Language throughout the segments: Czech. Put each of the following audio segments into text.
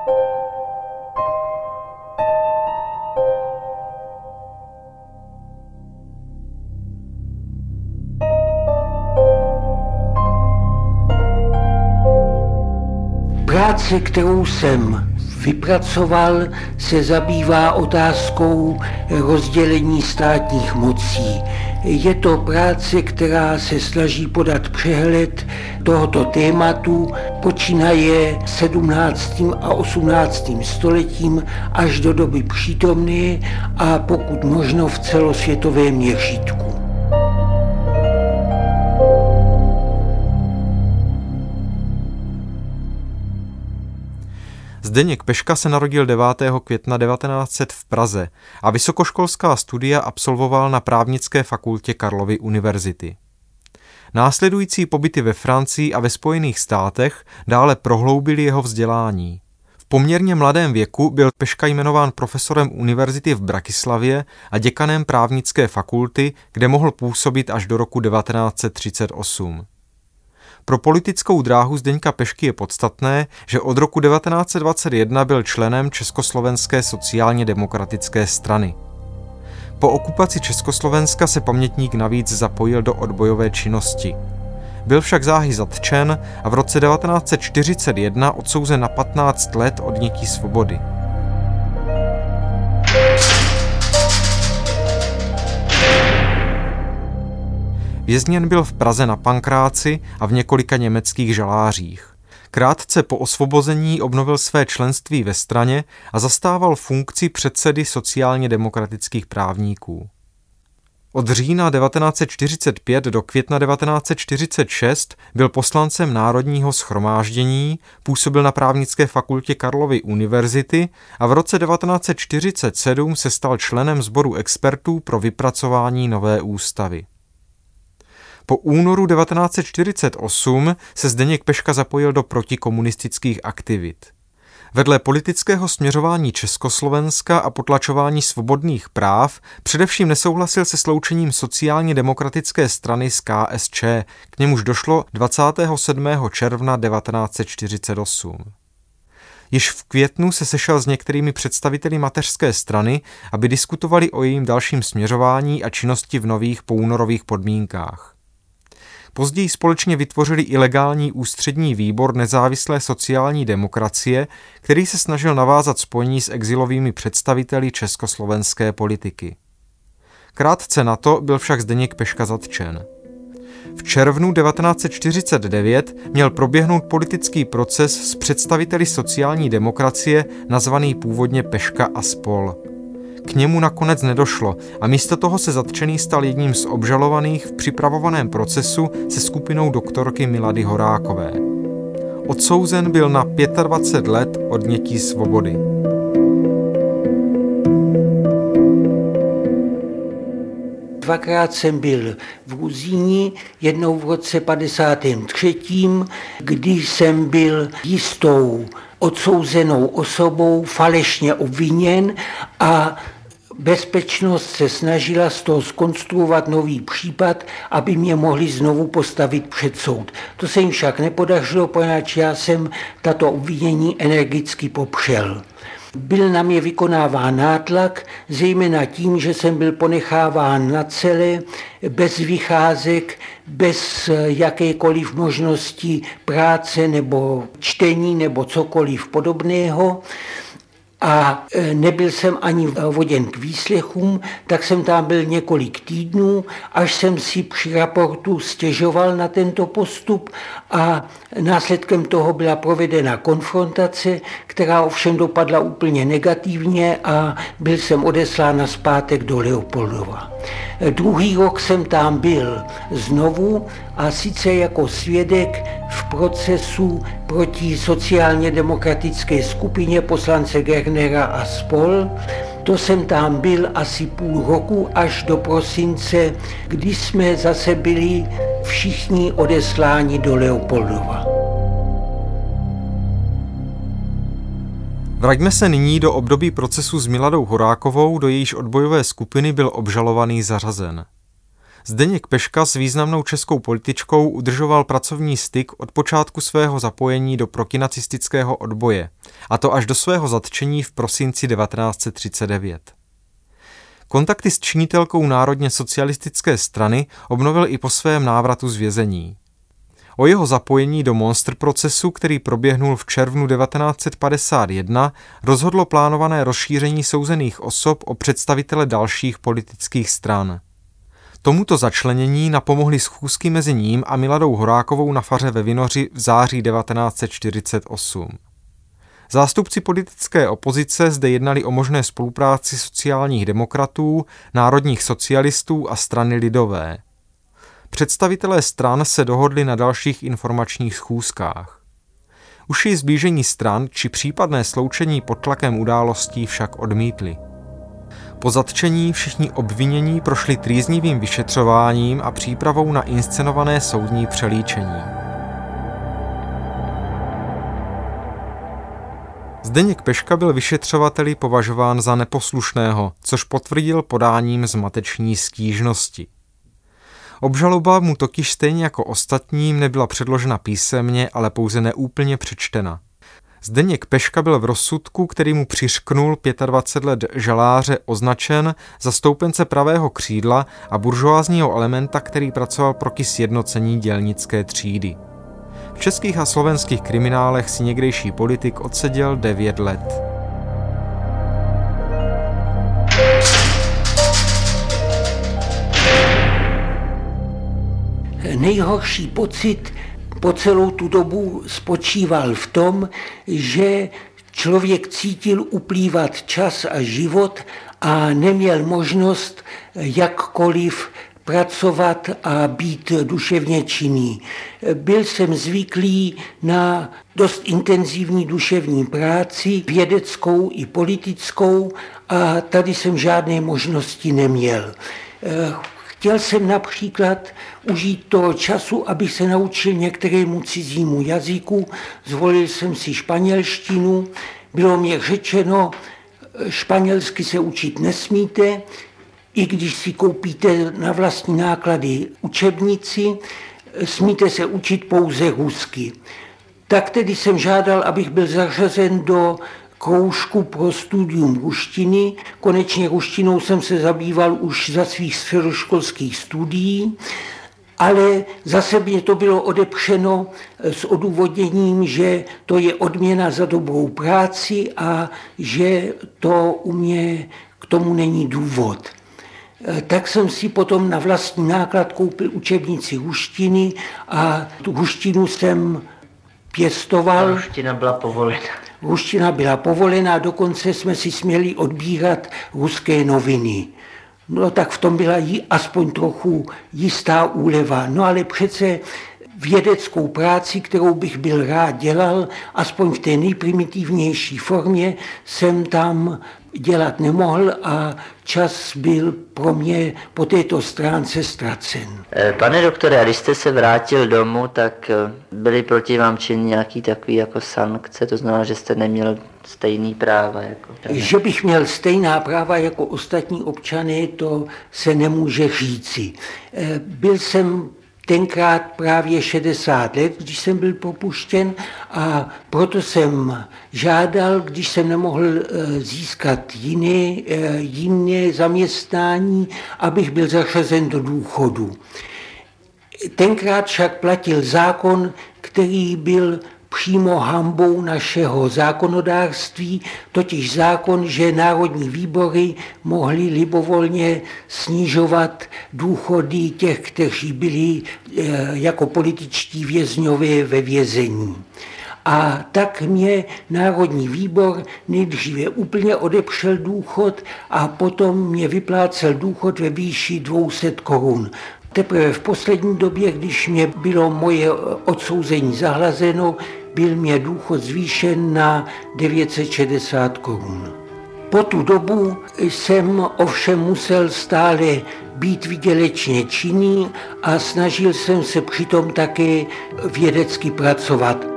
Práce, kterou jsem vypracoval, se zabývá otázkou rozdělení státních mocí. Je to práce, která se snaží podat přehled tohoto tématu, počínaje 17. a 18. stoletím až do doby přítomné a pokud možno v celosvětovém měřítku. Zdeněk Peška se narodil 9. května 1900 v Praze a vysokoškolská studia absolvoval na právnické fakultě Karlovy univerzity. Následující pobyty ve Francii a ve Spojených státech dále prohloubily jeho vzdělání. V poměrně mladém věku byl Peška jmenován profesorem univerzity v Bratislavě a děkanem právnické fakulty, kde mohl působit až do roku 1938. Pro politickou dráhu Zdeňka Pešky je podstatné, že od roku 1921 byl členem Československé sociálně demokratické strany. Po okupaci Československa se pamětník navíc zapojil do odbojové činnosti. Byl však záhy zatčen a v roce 1941 odsouzen na 15 let odnětí svobody. Vězněn byl v Praze na Pankráci a v několika německých žalářích. Krátce po osvobození obnovil své členství ve straně a zastával funkci předsedy sociálně demokratických právníků. Od října 1945 do května 1946 byl poslancem Národního shromáždění, působil na právnické fakultě Karlovy univerzity a v roce 1947 se stal členem sboru expertů pro vypracování nové ústavy. Po únoru 1948 se Zdeněk Peška zapojil do protikomunistických aktivit. Vedle politického směřování Československa a potlačování svobodných práv především nesouhlasil se sloučením sociálně demokratické strany s KSČ, k němuž došlo 27. června 1948. Již v květnu se sešel s některými představiteli mateřské strany, aby diskutovali o jejím dalším směřování a činnosti v nových poúnorových podmínkách. Později společně vytvořili ilegální ústřední výbor nezávislé sociální demokracie, který se snažil navázat spojení s exilovými představiteli československé politiky. Krátce na to byl však Zdeněk Peška zatčen. V červnu 1949 měl proběhnout politický proces s představiteli sociální demokracie nazvaný původně Peška a spol. K němu nakonec nedošlo a místo toho se zatčený stal jedním z obžalovaných v připravovaném procesu se skupinou doktorky Milady Horákové. Odsouzen byl na 25 let odnětí svobody. Dvakrát jsem byl v Gruzíni, jednou v roce 53., když jsem byl jistou odsouzenou osobou falešně obviněn a bezpečnost se snažila z toho zkonstruovat nový případ, aby mě mohli znovu postavit před soud. To se jim však nepodařilo, poněvadž já jsem tato obvinění energicky popřel. Byl na mě vykonáván nátlak, zejména tím, že jsem byl ponecháván na cele, bez vycházek, bez jakékoliv možnosti práce nebo čtení nebo cokoliv podobného. A nebyl jsem ani voděn k výslechům, tak jsem tam byl několik týdnů, až jsem si při raportu stěžoval na tento postup a následkem toho byla provedena konfrontace, která ovšem dopadla úplně negativně a byl jsem odeslán nazpátek do Leopoldova. Druhý rok jsem tam byl znovu a sice jako svědek v procesu proti sociálně demokratické skupině poslance Gernera a spol. To jsem tam byl asi půl roku až do prosince, kdy jsme zase byli všichni odesláni do Leopoldova. Vraťme se nyní do období procesu s Miladou Horákovou, do jejíž odbojové skupiny byl obžalovaný zařazen. Zdeněk Peška s významnou českou političkou udržoval pracovní styk od počátku svého zapojení do protinacistického odboje, a to až do svého zatčení v prosinci 1939. Kontakty s činitelkou Národně socialistické strany obnovil i po svém návratu z vězení. O jeho zapojení do Monster procesu, který proběhnul v červnu 1951, rozhodlo plánované rozšíření souzených osob o představitele dalších politických stran. Tomuto začlenění napomohly schůzky mezi ním a Miladou Horákovou na faře ve Vinoři v září 1948. Zástupci politické opozice zde jednali o možné spolupráci sociálních demokratů, národních socialistů a strany lidové. Představitelé stran se dohodli na dalších informačních schůzkách. Užší sblížení stran či případné sloučení pod tlakem událostí však odmítli. Po zatčení všichni obvinění prošli trýznivým vyšetřováním a přípravou na inscenované soudní přelíčení. Zdeněk Peška byl vyšetřovateli považován za neposlušného, což potvrdil podáním zmateční stížnosti. Obžaloba mu totiž stejně jako ostatním nebyla předložena písemně, ale pouze neúplně přečtena. Zdeněk Peška byl v rozsudku, který mu přiřknul 25 let žaláře, označen za stoupence pravého křídla a buržoázního elementa, který pracoval proti sjednocení dělnické třídy. V českých a slovenských kriminálech si někdejší politik odseděl 9 let. Nejhorší pocit po celou tu dobu spočíval v tom, že člověk cítil uplývat čas a život a neměl možnost jakkoliv pracovat a být duševně činný. Byl jsem zvyklý na dost intenzivní duševní práci, vědeckou i politickou, a tady jsem žádné možnosti neměl. Chtěl jsem například užít toho času, abych se naučil některému cizímu jazyku. Zvolil jsem si španělštinu. Bylo mě řečeno, španělsky se učit nesmíte, i když si koupíte na vlastní náklady učebnici, smíte se učit pouze rusky. Tak tedy jsem žádal, abych byl zařazen do kroužku pro studium ruštiny. Konečně ruštinou jsem se zabýval už za svých středoškolských studií, ale zase mě to bylo odepřeno s odůvodněním, že to je odměna za dobrou práci a že to u mě k tomu není důvod. Tak jsem si potom na vlastní náklad koupil učebnici ruštiny a tu ruštinu jsem pěstoval. Ruština byla povolena. Ruština byla povolená, dokonce jsme si směli odbírat ruské noviny. No tak v tom byla aspoň trochu jistá úleva. No ale přece vědeckou práci, kterou bych byl rád dělal, aspoň v té nejprimitivnější formě, jsem tam dělat nemohl a čas byl pro mě po této stránce ztracen. Pane doktore, a když jste se vrátil domů, tak byly proti vám činny nějaký takový jako sankce? To znamená, že jste neměl stejný práva jako... Že bych měl stejná práva jako ostatní občané, to se nemůže říci. Byl jsem tenkrát právě 60 let, když jsem byl propuštěn, a proto jsem žádal, když jsem nemohl získat jiné zaměstnání, abych byl zařazen do důchodu. Tenkrát však platil zákon, který byl přímo hanbou našeho zákonodárství, totiž zákon, že národní výbory mohly libovolně snižovat důchody těch, kteří byli jako političtí vězňové ve vězení. A tak mě Národní výbor nejdříve úplně odepřel důchod a potom mě vyplácel důchod ve výši 200 korun. Teprve v poslední době, když mě bylo moje odsouzení zahlazeno, byl mě důchod zvýšen na 960 korun. Po tu dobu jsem ovšem musel stále být výdělečně činný a snažil jsem se přitom také vědecky pracovat.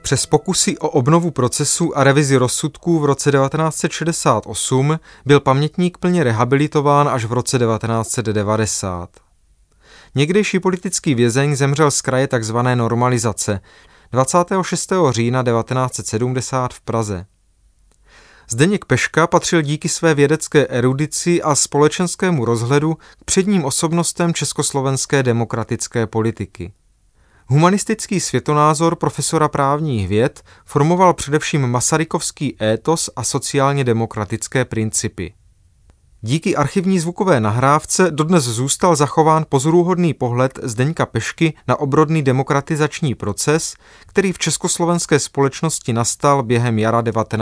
Přes pokusy o obnovu procesu a revizi rozsudků v roce 1968 byl pamětník plně rehabilitován až v roce 1990. Někdejší politický vězeň zemřel z kraje tzv. Normalizace 26. října 1970 v Praze. Zdeněk Peška patřil díky své vědecké erudici a společenskému rozhledu k předním osobnostem československé demokratické politiky. Humanistický světonázor profesora právních věd formoval především masarykovský étos a sociálně demokratické principy. Díky archivní zvukové nahrávce dodnes zůstal zachován pozoruhodný pohled Zdeňka Pešky na obrodný demokratizační proces, který v československé společnosti nastal během jara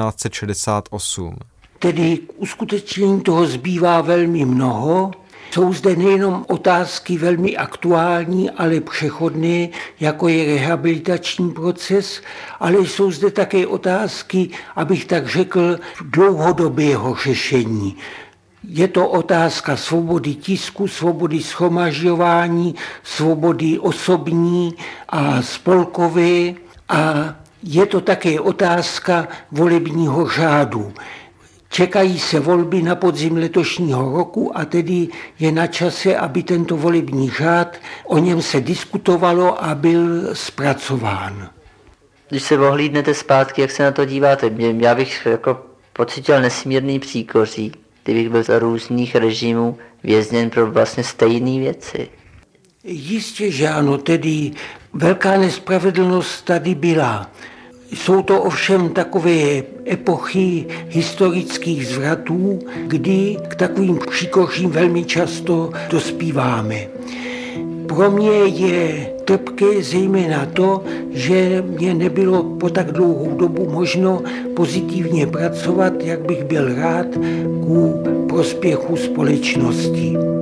1968. Tedy k uskutečnění toho zbývá velmi mnoho. Jsou zde nejenom otázky velmi aktuální, ale přechodné, jako je rehabilitační proces, ale jsou zde také otázky, abych tak řekl, dlouhodobého řešení. Je to otázka svobody tisku, svobody shromažďování, svobody osobní a spolkové a je to také otázka volebního řádu. Čekají se volby na podzim letošního roku a tedy je na čase, aby tento volební řád, o něm se diskutovalo a byl zpracován. Když se ohlídnete zpátky, jak se na to díváte, já bych pocítil nesmírný příkoří, kdybych byl za různých režimů vězněn pro vlastně stejné věci. Jistě, že ano, tedy velká nespravedlnost tady byla. Jsou to ovšem takové epochy historických zvratů, kdy k takovým příkořím velmi často dospíváme. Pro mě je trpké zejména to, že mě nebylo po tak dlouhou dobu možno pozitivně pracovat, jak bych byl rád, ku prospěchu společnosti.